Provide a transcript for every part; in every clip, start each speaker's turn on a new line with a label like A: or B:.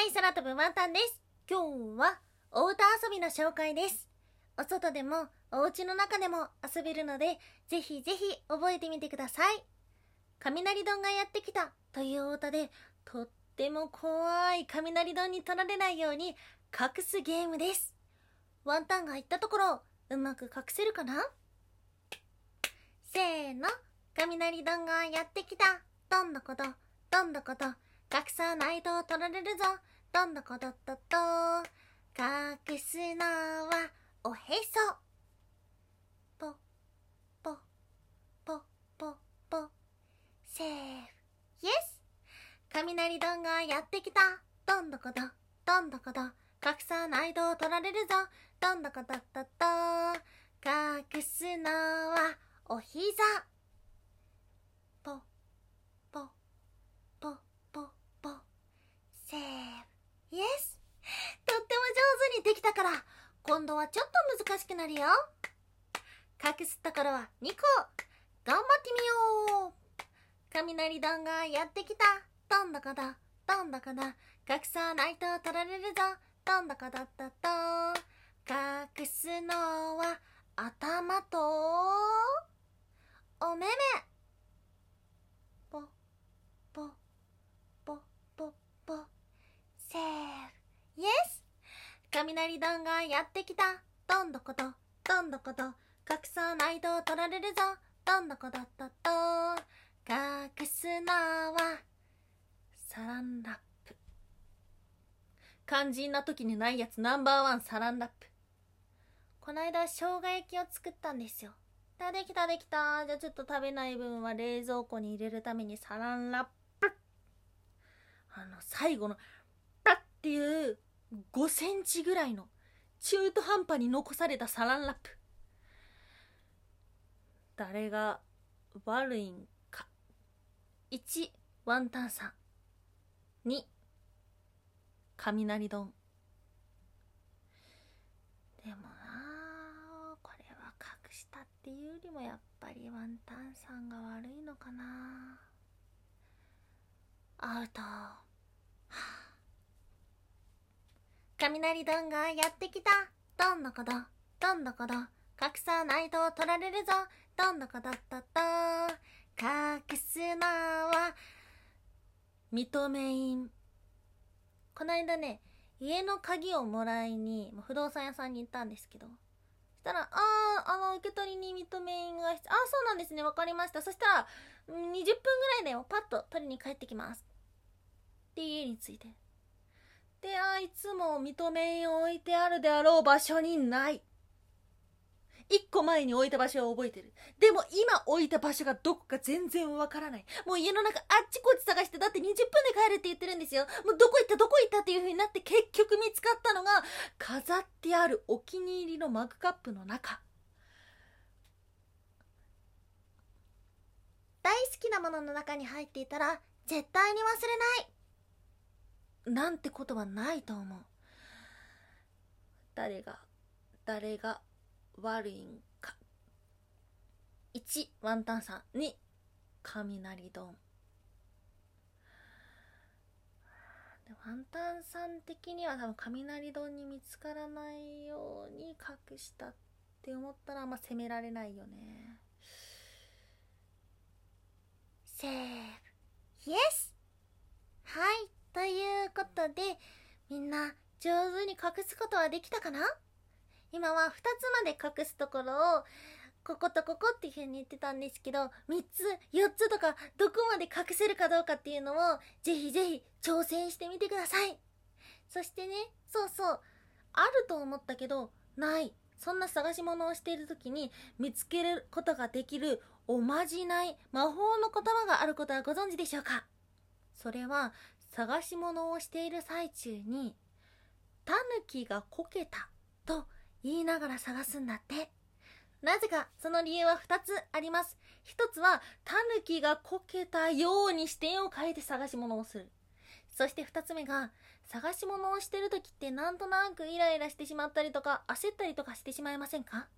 A: い、空飛ぶワンタンです。今日はお歌遊びの紹介です。お外でもお家の中でも遊べるので、ぜひぜひ覚えてみてください。雷丼がやってきたというお歌で、とっても怖い雷丼に取られないように隠すゲームです。ワンタンが言ったところ、うまく隠せるかな？せーの、雷丼がやってきた。どんどこと、どんどこと、隠さないと取られるぞ。どんどこどっとっと、隠すのはおへそ。ぽ、ぽ、ぽ、ぽ、ぽ、セーフ、イエス。雷丼がやってきた。どんどこど、どんどこど、隠さないと取られるぞ。どんどこどっとっと、隠すのはおひざ。ぽ、ぽ、ぽ、ぽ、ぽ、セーフ、イエス。とっても上手にできたから、今度はちょっと難しくなるよ。隠すところは2個。頑張ってみよう。雷丼がやってきた。どんどこだ、どんどこだ、隠さないと取られるぞ。どんどこだったと、隠すのは頭とお目目。ぽ、ぽ、ぽ、ぽ、ぽ、セーフ、イエス。雷丼がやってきた。どんどこと、どんどこと、隠さないと取られるぞ。どんどこだったと、隠すのはサランラップ。肝心な時にないやつナンバーワン、サランラップ。こないだ生姜焼きを作ったんですよ。できたできた。じゃあちょっと食べない分は冷蔵庫に入れるためにサランラップ。最後のパッっていう5センチぐらいの中途半端に残されたサランラップ。誰が悪いんか。1、ワンタンさん。2、雷丼。でもなあ、これは隠したっていうよりもやっぱりワンタンさんが悪いのかな。アウト。雷丼がやってきた。どんどこど、どんどこど、隠さないと取られるぞ。どんどこどっとっと、隠すのは認め印。こないだね、家の鍵をもらいに不動産屋さんに行ったんですけど、そしたら受け取りに認め印が必要。そうなんですね、わかりました。そしたら20分ぐらいだよ、パッと取りに帰ってきますって家に着いて、で、いつも認め印を置いてあるであろう場所にない。1個前に置いた場所は覚えてる。でも今置いた場所がどこか全然わからない。もう家の中あっちこっち探して、だって20分で帰るって言ってるんですよ。もうどこ行ったっていう風になって、結局見つかったのが飾ってあるお気に入りのマグカップの中。大好きなものの中に入っていたら絶対に忘れないなんてことはないと思う。誰が悪いんか。1、ワンタンさん。2、雷丼。ワンタンさん的には多分雷丼に見つからないように隠したって思ったら責められないよね。セーフ、イエス。はい、ということで、みんな上手に隠すことはできたかな？今は2つまで隠すところをこことここっていう風に言ってたんですけど、3つ4つとかどこまで隠せるかどうかっていうのをぜひぜひ挑戦してみてください。そしてね、あると思ったけどない、そんな探し物をしている時に見つけることができるおまじない魔法の言葉があることはご存知でしょうか？それは探し物をしている最中にタヌキがこけたと言いながら探すんだって。なぜかその理由は2つあります。1つはタヌキがこけたように視点を変えて探し物をする。そして2つ目が、探し物をしてる時ってなんとなくイライラしてしまったりとか焦ったりとかしてしまいませんか？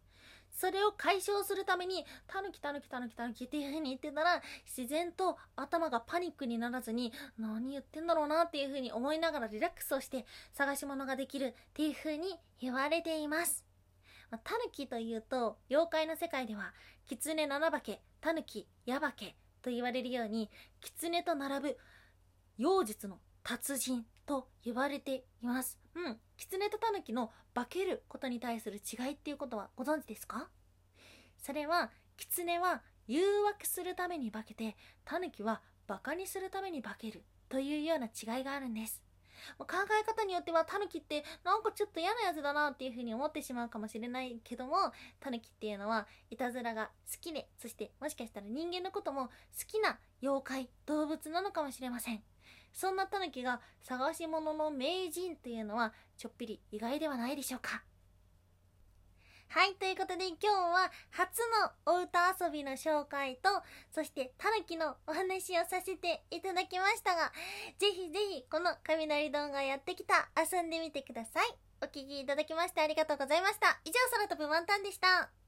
A: それを解消するためにタヌキタヌキタヌキタヌキっていう風に言ってたら、自然と頭がパニックにならずに、何言ってんだろうなっていう風に思いながらリラックスをして探し物ができるっていう風に言われています。タヌキというと妖怪の世界ではキツネ7化け、タヌキ、ヤバケと言われるように、キツネと並ぶ妖術の達人と言われています。キツネとタヌキの化けることに対する違いっていうことはご存知ですか？それは、キツネは誘惑するために化けて、タヌキはバカにするために化けるというような違いがあるんです。考え方によってはタヌキってなんかちょっと嫌なやつだなっていう風に思ってしまうかもしれないけども、タヌキっていうのはいたずらが好きで、そしてもしかしたら人間のことも好きな妖怪、動物なのかもしれません。そんなタヌキが探し物の名人っていうのはちょっぴり意外ではないでしょうか。はい、ということで今日は初のお歌遊びの紹介と、そしてタヌキのお話をさせていただきましたが、ぜひぜひこの雷動画やってきた、遊んでみてください。お聞きいただきましてありがとうございました。以上、空飛ぶワンタンでした。